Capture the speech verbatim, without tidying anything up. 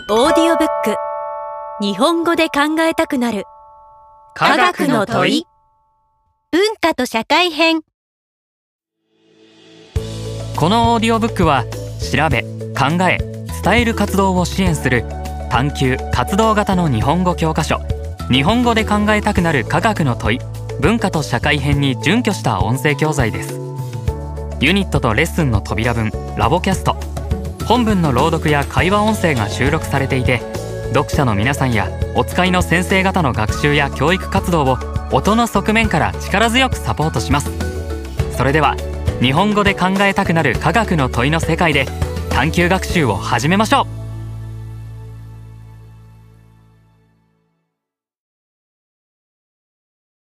オーディオブック日本語で考えたくなる科学の問い。文化と社会編。 このオーディオブックは調べ、考え、伝える活動を支援する探究・活動型の日本語教科書、日本語で考えたくなる科学の問い、文化と社会編に準拠した音声教材です。ユニットとレッスンの扉文、ラボキャスト、本文の朗読や会話音声が収録されていて、読者の皆さんやお使いの先生方の学習や教育活動を音の側面から力強くサポートします。それでは日本語で考えたくなる科学の問いの世界で探究学習を始めましょう。